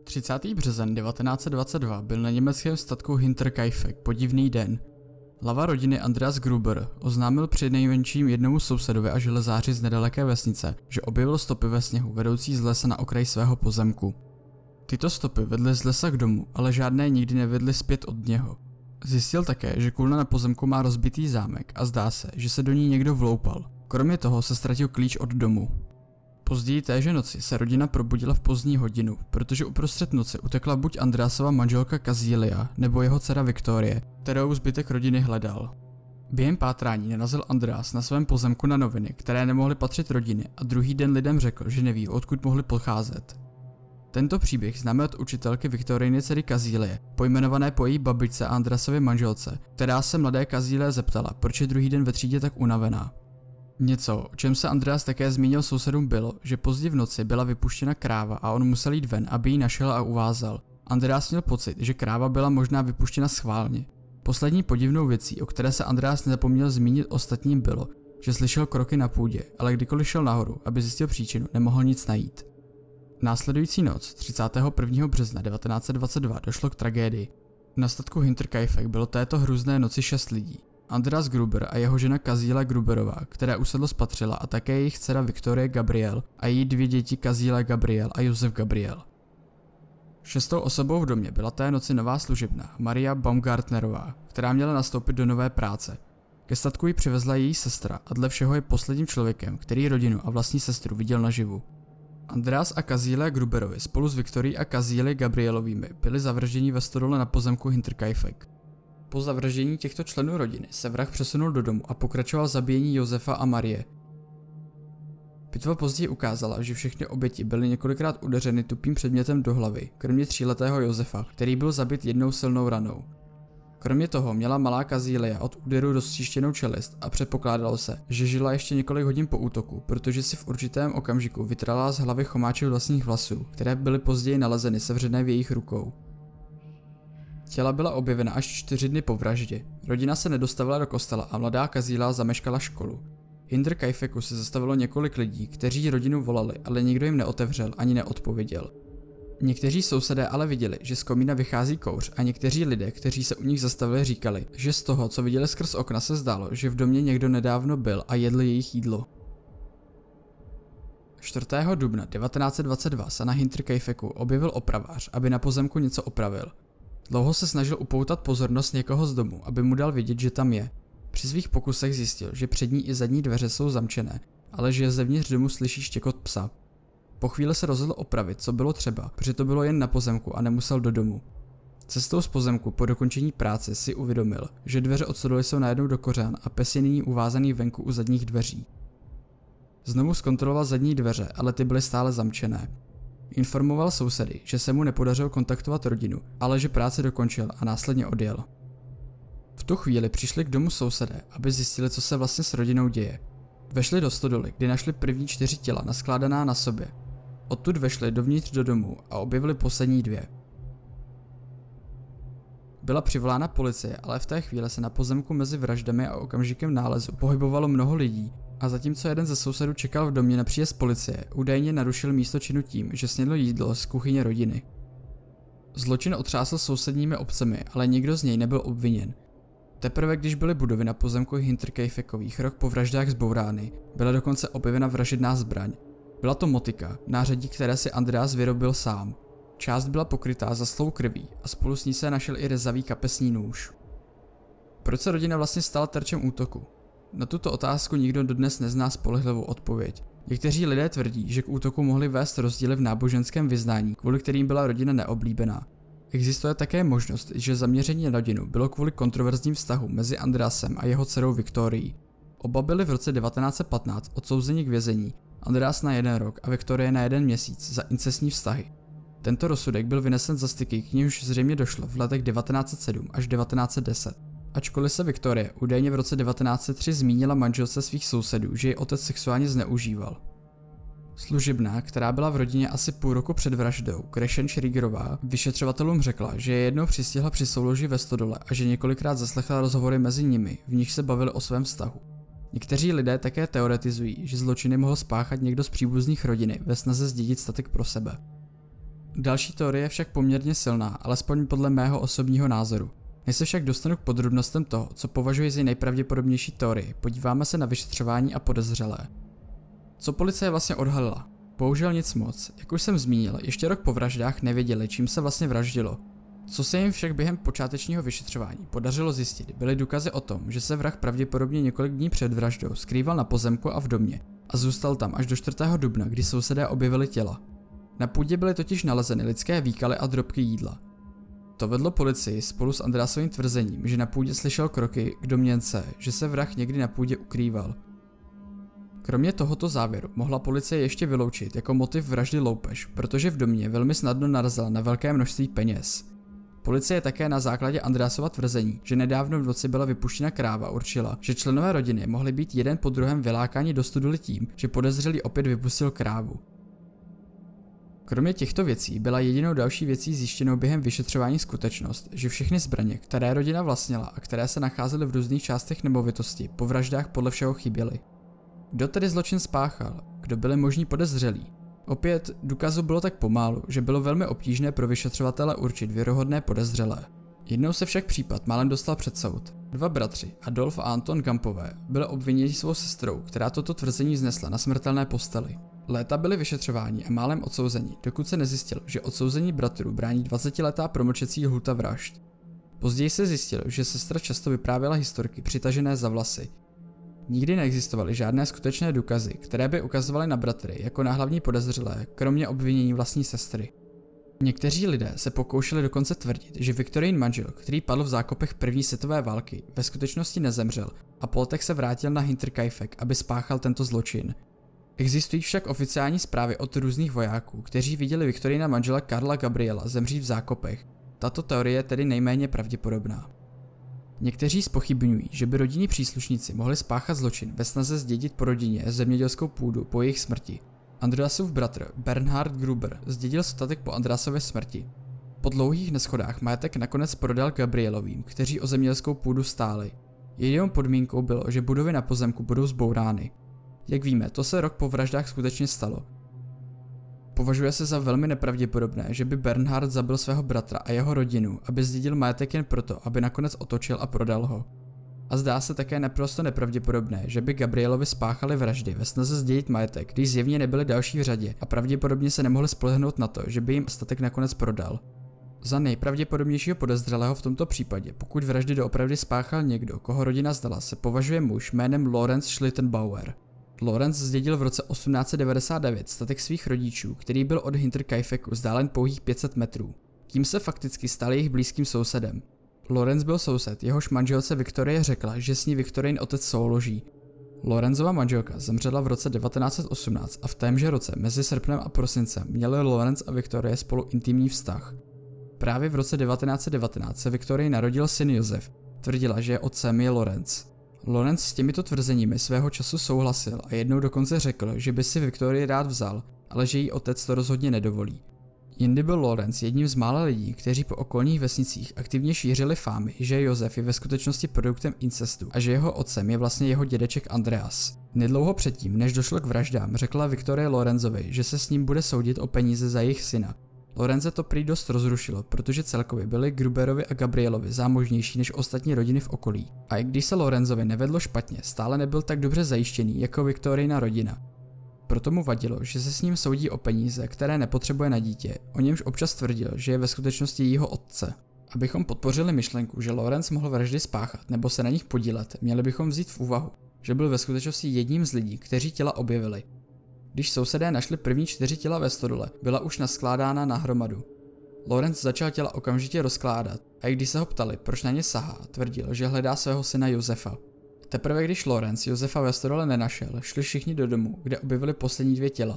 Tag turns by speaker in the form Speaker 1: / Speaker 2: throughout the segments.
Speaker 1: 30. březen 1922 byl na německém statku Hinterkaifeck podivný den. Hlava rodiny Andreas Gruber oznámil přinejmenším jednomu sousedovi a železáři z nedaleké vesnice, že objevil stopy ve sněhu vedoucí z lesa na okraj svého pozemku. Tyto stopy vedly z lesa k domu, ale žádné nikdy nevedly zpět od něho. Zjistil také, že kůlna na pozemku má rozbitý zámek a zdá se, že se do ní někdo vloupal. Kromě toho se ztratil klíč od domu. Později téže noci se rodina probudila v pozdní hodinu, protože uprostřed noci utekla buď Andreasova manželka Kazília nebo jeho dcera Viktorie, kterou zbytek rodiny hledal. Během pátrání narazil Andreas na svém pozemku na noviny, které nemohly patřit rodině, a druhý den lidem řekl, že neví, odkud mohly pocházet. Tento příběh známe od učitelky Viktoriny dcery Kazílie, pojmenované po její babičce a Andreasově manželce, která se mladé Kazílie zeptala, proč je druhý den ve třídě tak unavená. Něco, o čem se Andreas také zmínil sousedům, bylo, že pozdě v noci byla vypuštěna kráva a on musel jít ven, aby ji našel a uvázal. Andreas měl pocit, že kráva byla možná vypuštěna schválně. Poslední podivnou věcí, o které se Andreas nezapomněl zmínit ostatním, bylo, že slyšel kroky na půdě, ale kdykoliv šel nahoru, aby zjistil příčinu, nemohl nic najít. Následující noc 31. března 1922 došlo k tragédii. Na statku Hinterkaifeck bylo této hrůzné noci 6 lidí. Andreas Gruber a jeho žena Kazíla Gruberová, která usedlo spatřila, a také jejich dcera Viktorie Gabriel a její 2 děti Kazíla Gabriel a Josef Gabriel. 6. osobou v domě byla té noci nová služebna Maria Baumgartnerová, která měla nastoupit do nové práce. Ke statku ji přivezla její sestra a dle všeho je posledním člověkem, který rodinu a vlastní sestru viděl naživu. Andreas a Kazíla Gruberovi spolu s Viktorií a Kazíly Gabrielovými byli zavražděni ve stodole na pozemku Hinterkaifeck. Po zavraždění těchto členů rodiny se vrah přesunul do domu a pokračoval zabíjení Josefa a Marie. Pitva později ukázala, že všechny oběti byly několikrát udeřeny tupým předmětem do hlavy, kromě 3letého Josefa, který byl zabit jednou silnou ranou. Kromě toho měla malá Kazília od úderu roztříštěnou čelist a předpokládalo se, že žila ještě několik hodin po útoku, protože si v určitém okamžiku vytrala z hlavy chomáček vlastních vlasů, které byly později nalezeny sevřené v jejich rukou. Těla byla objevena až 4 dny po vraždě. Rodina se nedostavila do kostela a mladá Kazíla zameškala školu. V Hinterkaifecku se zastavilo několik lidí, kteří rodinu volali, ale nikdo jim neotevřel ani neodpověděl. Někteří sousedé ale viděli, že z komína vychází kouř, a někteří lidé, kteří se u nich zastavili, říkali, že z toho, co viděli skrz okna, se zdálo, že v domě někdo nedávno byl a jedl jejich jídlo. 4. dubna 1922 se na Hinterkaifecku objevil opravář, aby na pozemku něco opravil. Dlouho se snažil upoutat pozornost někoho z domu, aby mu dal vědět, že tam je. Při svých pokusech zjistil, že přední i zadní dveře jsou zamčené, ale že zevnitř domu slyší štěkot psa. Po chvíli se rozhodl opravit, co bylo třeba, protože to bylo jen na pozemku a nemusel do domu. Cestou z pozemku po dokončení práce si uvědomil, že dveře od stodoly jsou najednou do kořán a pes je nyní uvázaný venku u zadních dveří. Znovu zkontroloval zadní dveře, ale ty byly stále zamčené. Informoval sousedy, že se mu nepodařilo kontaktovat rodinu, ale že práci dokončil a následně odjel. V tu chvíli přišli k domu sousedé, aby zjistili, co se vlastně s rodinou děje. Vešli do stodoly, kdy našli první 4 těla naskládaná na sobě. Odtud vešli dovnitř do domu a objevili poslední 2. Byla přivolána policie, ale v té chvíli se na pozemku mezi vraždami a okamžikem nálezu pohybovalo mnoho lidí, a zatímco jeden ze sousedů čekal v domě na příjezd policie, údajně narušil místo činu tím, že snědl jídlo z kuchyně rodiny. Zločin otřásl sousedními obcemi, ale nikdo z něj nebyl obviněn. Teprve když byly budovy na pozemku Hinterkaifeckových rok po vraždách zbourány, byla dokonce objevena vražedná zbraň. Byla to motika, nářadí, které si Andreas vyrobil sám. Část byla pokrytá zaslou krví a spolu s ní se našel i rezavý kapesní nůž. Proč se rodina vlastně stala terčem útoku? Na tuto otázku nikdo dodnes nezná spolehlivou odpověď. Někteří lidé tvrdí, že k útoku mohly vést rozdíly v náboženském vyznání, kvůli kterým byla rodina neoblíbená. Existuje také možnost, že zaměření na rodinu bylo kvůli kontroverzním vztahu mezi Andreasem a jeho dcerou Viktorií. Oba byli v roce 1915 odsouzeni k vězení, Andreas na 1 rok a Viktorie na 1 měsíc za incestní vztahy. Tento rozsudek byl vynesen za styky, k nimž zřejmě došlo v letech 1907 až 1910. Ačkoliv se Viktorie údajně v roce 1903 zmínila manželce svých sousedů, že ji otec sexuálně zneužíval. Služebná, která byla v rodině asi půl roku před vraždou, Krešen Šrýgerová, vyšetřovatelům řekla, že je jednou přistihla při souloži ve stodole a že několikrát zaslechla rozhovory mezi nimi, v nich se bavili o svém vztahu. Někteří lidé také teoretizují, že zločiny mohl spáchat někdo z příbuzných rodiny ve snaze zdědit statek pro sebe. Další teorie je však poměrně silná, alespoň podle mého osobního názoru. Než se však dostanu k podrobnostem toho, co považuji za nejpravděpodobnější teorii, podíváme se na vyšetřování a podezřelé. Co policie vlastně odhalila? Bohužel nic moc. Jak už jsem zmínil, ještě rok po vraždách nevěděli, čím se vlastně vraždilo. Co se jim však během počátečního vyšetřování podařilo zjistit, byly důkazy o tom, že se vrah pravděpodobně několik dní před vraždou skrýval na pozemku a v domě a zůstal tam až do 4. dubna, kdy sousedé objevili těla. Na půdě byly totiž nalezeny lidské výkaly a drobky jídla. To vedlo policii spolu s Andreasovým tvrzením, že na půdě slyšel kroky k domněnce, že se vrah někdy na půdě ukrýval. Kromě tohoto závěru mohla policie ještě vyloučit jako motiv vraždy loupež, protože v domě velmi snadno narazila na velké množství peněz. Policie také na základě Andreasova tvrzení, že nedávno v noci byla vypuštěna kráva, určila, že členové rodiny mohli být jeden po druhém vylákáni do studly tím, že podezřelý opět vypustil krávu. Kromě těchto věcí byla jedinou další věcí zjištěnou během vyšetřování skutečnost, že všechny zbraně, které rodina vlastnila a které se nacházely v různých částech nemovitosti, po vraždách podle všeho chyběly. Kdo tedy zločin spáchal? Kdo byli možní podezřelí? Opět, důkazů bylo tak pomálu, že bylo velmi obtížné pro vyšetřovatele určit věrohodné podezřelé. Jednou se však případ málem dostal před soud. Dva bratři, Adolf a Anton Gampové, byli obviněni svou sestrou, která toto tvrzení vznesla na smrtelné posteli. Léta byli vyšetřováni a málem odsouzeni, dokud se nezjistilo, že odsouzení bratrů brání 20letá promlčecí lhůta vražd. Později se zjistilo, že sestra často vyprávěla historky přitažené za vlasy. Nikdy neexistovaly žádné skutečné důkazy, které by ukazovaly na bratry jako na hlavní podezřelé, kromě obvinění vlastní sestry. Někteří lidé se pokoušeli dokonce tvrdit, že Viktorin manžel, který padl v zákopech první světové války, ve skutečnosti nezemřel a po letech se vrátil na Hinterkaifeck, aby spáchal tento zločin. Existují však oficiální zprávy od různých vojáků, kteří viděli Viktorina manžela Karla Gabriela zemřít v zákopech. Tato teorie je tedy nejméně pravděpodobná. Někteří zpochybňují, že by rodinní příslušníci mohli spáchat zločin ve snaze zdědit po rodině zemědělskou půdu po jejich smrti. Andreasův bratr Bernhard Gruber zdědil statek po Andreasově smrti. Po dlouhých neschodách majetek nakonec prodal Gabrielovým, kteří o zemědělskou půdu stáli. Jedinou podmínkou bylo, že budovy na pozemku budou zbourány. Jak víme, to se rok po vraždách skutečně stalo. Považuje se za velmi nepravděpodobné, že by Bernhard zabil svého bratra a jeho rodinu, aby zdědil majetek jen proto, aby nakonec otočil a prodal ho. A zdá se také naprosto nepravděpodobné, že by Gabrielovi spáchali vraždy ve snaze zdědit majetek, když zjevně nebyli další v řadě a pravděpodobně se nemohli spolehnout na to, že by jim statek nakonec prodal. Za nejpravděpodobnějšího podezřelého v tomto případě, pokud vraždy doopravdy spáchal někdo, koho rodina znala, se považuje muž jménem Lorenz Schlittenbauer. Lorenz zdědil v roce 1899 statek svých rodičů, který byl od Hinterkaifecku vzdálen pouhých 500 metrů. Tím se fakticky stal jejich blízkým sousedem. Lorenz byl soused, jehož manželce Viktorie řekla, že s ní Viktorin otec souloží. Lorenzova manželka zemřela v roce 1918 a v témže roce mezi srpnem a prosincem měli Lorenz a Viktorie spolu intimní vztah. Právě v roce 1919 se Viktorii narodil syn Josef. Tvrdila, že otcem je Lorenz. Lorenz s těmito tvrzeními svého času souhlasil a jednou dokonce řekl, že by si Viktorii rád vzal, ale že jí otec to rozhodně nedovolí. Jindy byl Lorenz jedním z mála lidí, kteří po okolních vesnicích aktivně šířili fámy, že Josef je ve skutečnosti produktem incestu a že jeho otcem je vlastně jeho dědeček Andreas. Nedlouho předtím, než došlo k vraždám, řekla Viktorie Lorenzovi, že se s ním bude soudit o peníze za jejich syna. Lorenze to prý dost rozrušilo, protože celkově byli Gruberovi a Gabrielovi zámožnější než ostatní rodiny v okolí. A i když se Lorenzovi nevedlo špatně, stále nebyl tak dobře zajištěný jako Viktorina rodina. Proto mu vadilo, že se s ním soudí o peníze, které nepotřebuje na dítě, o němž občas tvrdil, že je ve skutečnosti jeho otce. Abychom podpořili myšlenku, že Lorenz mohl vraždy spáchat nebo se na nich podílet, měli bychom vzít v úvahu, že byl ve skutečnosti jedním z lidí, kteří těla objevili. Když sousedé našli první 4 těla ve stodole, byla už naskládána na hromadu. Lorenz začal těla okamžitě rozkládat a i když se ho ptali, proč na ně sahá, tvrdil, že hledá svého syna Josefa. Teprve když Lorenz Josefa ve stodole nenašel, šli všichni do domu, kde objevili poslední 2 těla.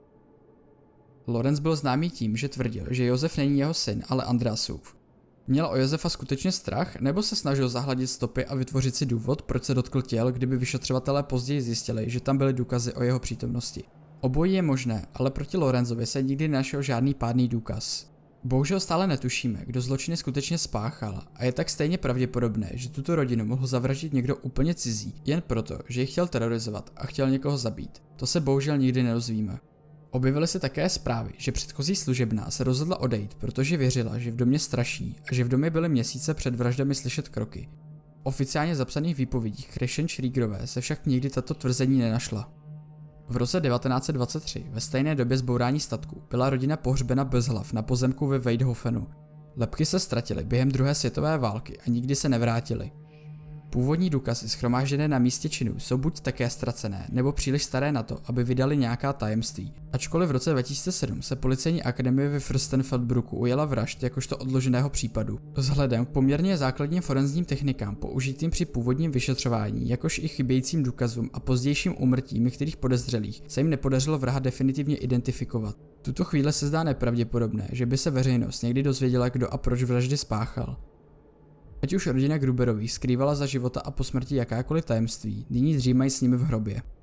Speaker 1: Lorenz byl známý tím, že tvrdil, že Josef není jeho syn, ale Andreasův. Měl o Josefa skutečně strach, nebo se snažil zahladit stopy a vytvořit si důvod, proč se dotkl těl, kdyby vyšetřovatelé později zjistili, že tam byly důkazy o jeho přítomnosti. Obojí je možné, ale proti Lorenzovi se nikdy nenašel žádný pádný důkaz. Bohužel stále netušíme, kdo zločiny skutečně spáchal a je tak stejně pravděpodobné, že tuto rodinu mohl zavraždit někdo úplně cizí, jen proto, že ji chtěl terorizovat a chtěl někoho zabít. To se bohužel nikdy nedozvíme. Objevily se také zprávy, že předchozí služebná se rozhodla odejít, protože věřila, že v domě straší a že v domě byly měsíce před vraždami slyšet kroky. V oficiálně zapsaných výpovědích Christian Schriegerové se však nikdy tato tvrzení nenašla. V roce 1923, ve stejné době zbourání statku, byla rodina pohřbena bez hlav na pozemku ve Weidhofenu. Lebky se ztratily během druhé světové války a nikdy se nevrátily. Původní důkazy shromážděné na místě činu jsou buď také ztracené, nebo příliš staré na to, aby vydali nějaká tajemství. Ačkoliv v roce 2007 se policejní akademie ve Fürstenfeldbrucku ujala vražd jakožto odloženého případu. Vzhledem k poměrně základním forenzním technikám použitým při původním vyšetřování, jakož i chybějícím důkazům a pozdějším úmrtím některých podezřelých, se jim nepodařilo vraha definitivně identifikovat. V tuto chvíli se zdá nepravděpodobné, že by se veřejnost někdy dozvěděla, kdo a proč vraždy spáchal. Ať už rodina Gruberových skrývala za života a po smrti jakákoliv tajemství, nyní dřímají s nimi v hrobě.